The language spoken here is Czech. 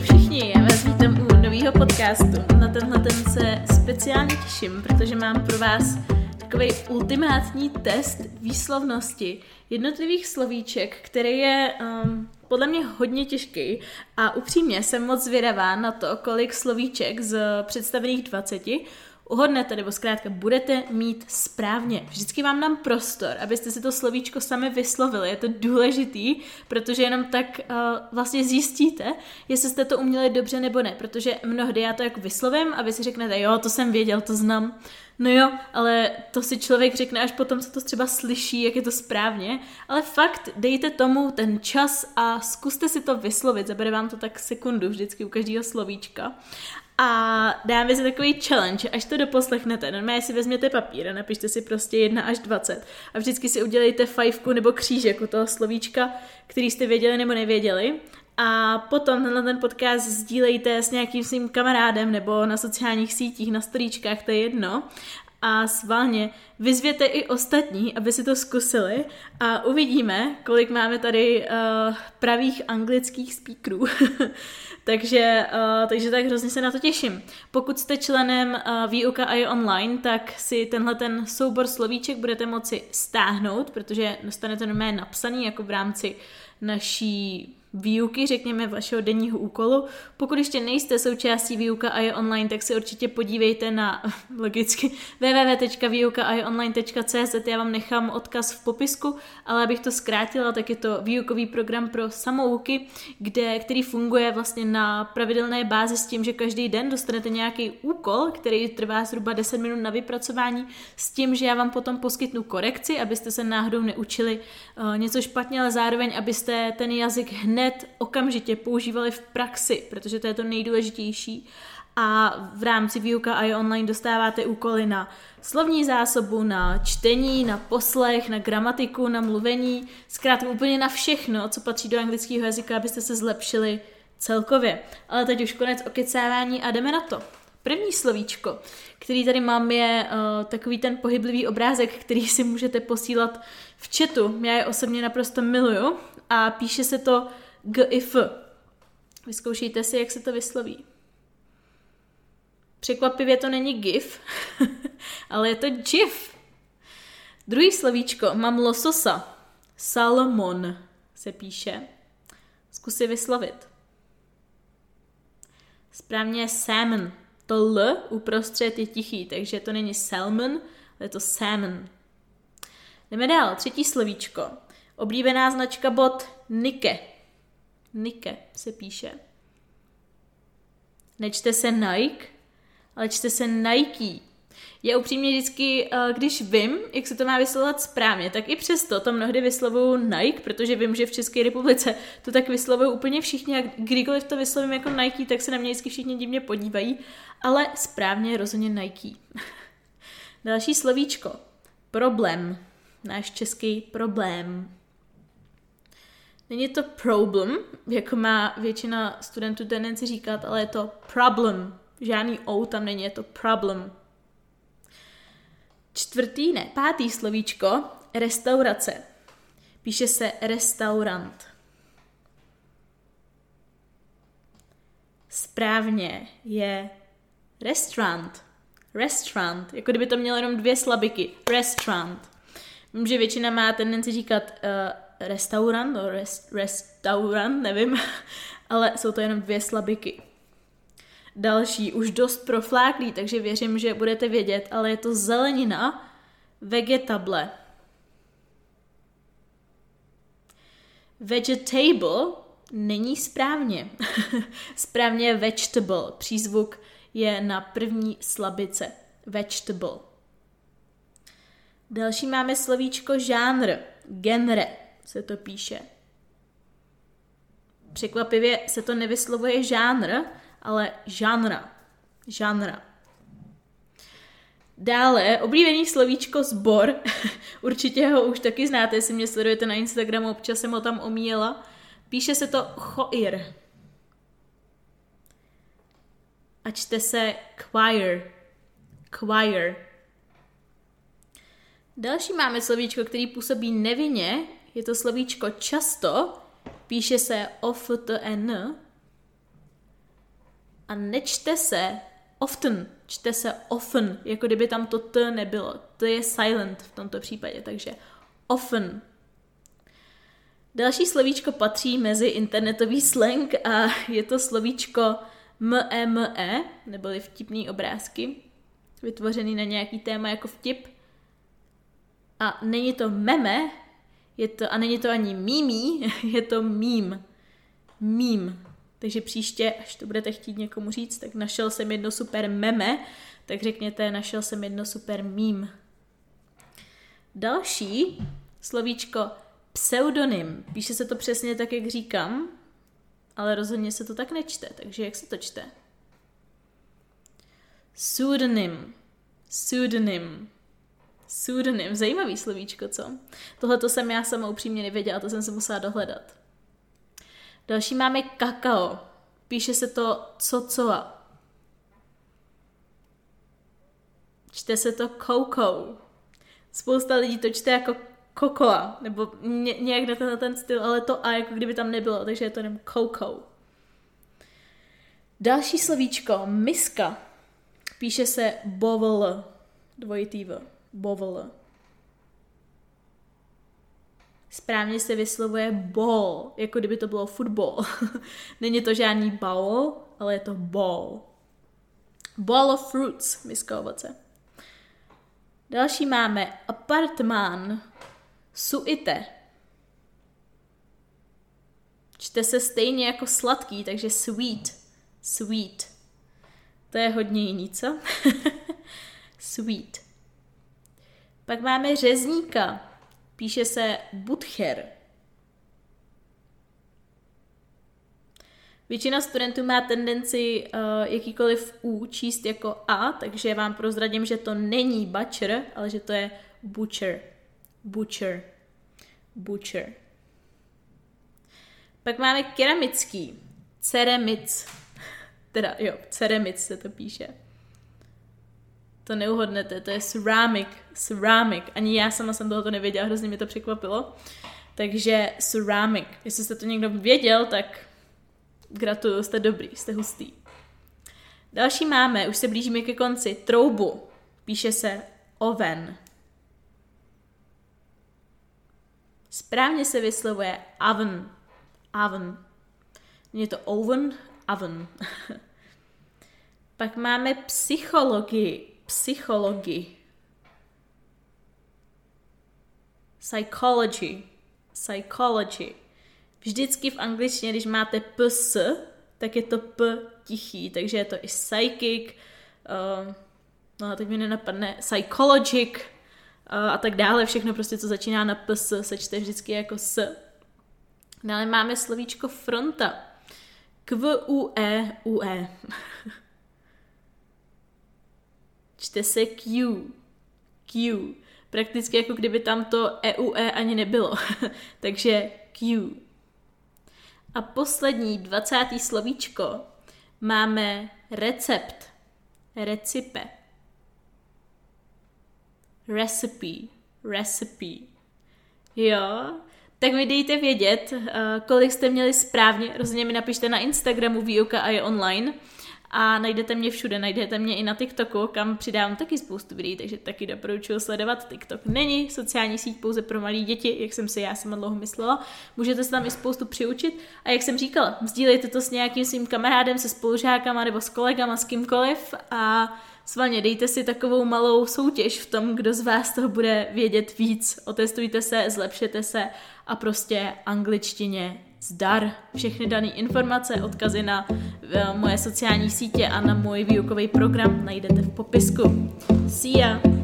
všichni, já vás vítám u nového podcastu. Na tenhle se speciálně těším, protože mám pro vás takový ultimátní test výslovnosti jednotlivých slovíček, který je podle mě hodně těžký a upřímně jsem moc zvědavá na to, kolik slovíček z představených 20 uhodnete, nebo zkrátka budete mít správně. Vždycky vám dám prostor, abyste si to slovíčko sami vyslovili. Je to důležitý, protože jenom tak vlastně zjistíte, jestli jste to uměli dobře nebo ne, protože mnohdy já to jako vyslovím a vy si řeknete, jo, to jsem věděl, to znám. No jo, ale to si člověk řekne až potom, co to třeba slyší, jak je to správně, ale fakt dejte tomu ten čas a zkuste si to vyslovit, zabere vám to tak sekundu vždycky u každého slovíčka. A dáme si takový challenge, až to doposlechnete. Normálně si vezměte papír a napište si prostě 1 až 20 a vždycky si udělejte fajfku nebo křížek u toho slovíčka, který jste věděli nebo nevěděli. A potom ten podcast sdílejte s nějakým svým kamarádem nebo na sociálních sítích, na storíčkách, to je jedno. A schválně vyzvěte i ostatní, aby si to zkusili a uvidíme, kolik máme tady pravých anglických speakerů. takže tak hrozně se na to těším. Pokud jste členem Výuka a je online, tak si tenhle ten soubor slovíček budete moci stáhnout, protože dostanete normálně napsaný jako v rámci naší výuky, řekněme vašeho denního úkolu. Pokud ještě nejste součástí Výuka a je online, tak si určitě podívejte na logicky www.vyukaajeonline.cz. Já vám nechám odkaz v popisku, ale abych to zkrátila, tak je to výukový program pro samouky, který funguje vlastně na pravidelné bázi s tím, že každý den dostanete nějaký úkol, který trvá zhruba 10 minut na vypracování, s tím, že já vám potom poskytnu korekci, abyste se náhodou neučili něco špatně, ale zároveň abyste ten jazyk hned okamžitě používali v praxi, protože to je to nejdůležitější. A v rámci Výuka a je online dostáváte úkoly na slovní zásobu, na čtení, na poslech, na gramatiku, na mluvení, zkrátka úplně na všechno, co patří do anglického jazyka, abyste se zlepšili celkově. Ale teď už konec okecávání a jdeme na to. První slovíčko, který tady mám, je takový ten pohyblivý obrázek, který si můžete posílat v chatu. Já je osobně naprosto miluju a píše se to GIF. Vyzkoušejte si, jak se to vysloví. Překvapivě to není GIF, ale je to GIF. Druhý slovíčko, mám lososa. Salmon se píše. Zkus si vyslovit. Správně je salmon. To L uprostřed je tichý, takže to není salmon, ale je to salmon. Jdeme dál. Třetí slovíčko. Oblíbená značka bot Nike. Nike se píše. Nečte se Nike, ale čte se Nike. Já upřímně vždycky, když vím, jak se to má vyslovovat správně, tak i přesto to mnohdy vyslovuju Nike, protože vím, že v České republice to tak vyslovují úplně všichni a kdykoliv to vyslovím jako Nike, tak se na mě vždycky všichni divně podívají, ale správně je rozhodně Nike. Další slovíčko. Problém. Náš český problém. Není to problem, jako má většina studentů tendenci říkat, ale je to problem. Žádný O tam není, je to problem. Pátý slovíčko, restaurace. Píše se restaurant. Správně je restaurant. Restaurant, jako kdyby to mělo jenom 2 slabiky. Restaurant. Vím, že většina má tendenci říkat restaurant, restaurant, nevím, ale jsou to jenom 2 slabiky. Další, už dost profláklý, takže věřím, že budete vědět, ale je to zelenina, vegetable. Vegetable není správně. Správně je vegetable. Přízvuk je na první slabice. Vegetable. Další máme slovíčko žánr. Genre se to píše. Překvapivě se to nevyslovuje žánr, ale žánra. Dále oblíbený slovíčko sbor. Určitě ho už taky znáte, jestli mě sledujete na Instagramu, občas jsem ho tam omíjela. Píše se to choir. A čte se choir. Další máme slovíčko, který působí nevinně. Je to slovíčko často. Píše se oftn. A nečte se often, čte se often, jako kdyby tam to t nebylo. To je silent v tomto případě, takže often. Další slovíčko patří mezi internetový slang a je to slovíčko meme, neboli vtipný obrázky, vytvořený na nějaký téma jako vtip. A není to meme, a není to ani mimi, je to meme. Meme. Takže příště, až to budete chtít někomu říct, tak našel jsem jedno super meme, tak řekněte, našel jsem jedno super meme. Další slovíčko pseudonym. Píše se to přesně tak, jak říkám, ale rozhodně se to tak nečte, takže jak se to čte? Pseudonym. Pseudonym. Pseudonym. Zajímavý slovíčko, co? Tohleto jsem já sama upřímně nevěděla, to jsem se musela dohledat. Další máme kakao. Píše se to cocoa. Čte se to cocoa. Spousta lidí to čte jako kokoa, nebo nějak na ten styl, ale to a jako kdyby tam nebylo, takže je to jenom cocoa. Další slovíčko, miska. Píše se bowl, dvojitý v, bowl. Správně se vyslovuje ball, jako kdyby to bylo football. Není to žádný bowl, ale je to ball. Ball of fruits, miska ovoce. Další máme apartmán, suite. Čte se stejně jako sladký, takže sweet, sweet. To je hodně jiný, co? Sweet. Pak máme řezníka. Píše se butcher. Většina studentů má tendenci jakýkoliv U číst jako A, takže vám prozradím, že to není butcher, ale že to je butcher. Butcher. Butcher. Pak máme keramický. Ceramic. Teda jo, ceramic se to píše. To neuhodnete, to je ceramic. Ceramic. Ani já sama jsem tohoto nevěděla, hrozně mě to překvapilo. Takže ceramic. Jestli jste to někdo věděl, tak gratuluju, jste dobrý, jste hustý. Další máme, už se blížíme ke konci, troubu. Píše se oven. Správně se vyslovuje oven. Oven. Není to oven, oven. Pak máme psychologii. Psychologii. Psychology. Psychology. Vždycky v angličtině, když máte ps, tak je to p tichý, takže je to i psychic, no a teď mi nenapadne, psychologic a tak dále, všechno prostě, co začíná na ps, se čte vždycky jako s. Dále máme slovíčko fronta. Q-U-E. Čte se Q. Q. Prakticky jako kdyby tam to E-U-E ani nebylo. Takže Q. A poslední, 20. slovíčko, máme recept. Recipe. Recipe. Recipe. Jo, tak mi dejte vědět, kolik jste měli správně. Rozhodně mi napište na Instagramu Výuka a je online. A najdete mě všude, najdete mě i na TikToku, kam přidávám taky spoustu videí, takže taky doporučuji sledovat. TikTok není sociální síť pouze pro malé děti, jak jsem si já sama dlouho myslela. Můžete se tam i spoustu přiučit a jak jsem říkala, sdílejte to s nějakým svým kamarádem, se spolužákama nebo s kolegama, s kýmkoliv a svalně dejte si takovou malou soutěž v tom, kdo z vás toho bude vědět víc. Otestujte se, zlepšete se a prostě angličtině zdar. Všechny dané informace, odkazy na moje sociální sítě a na můj výukový program najdete v popisku. See ya!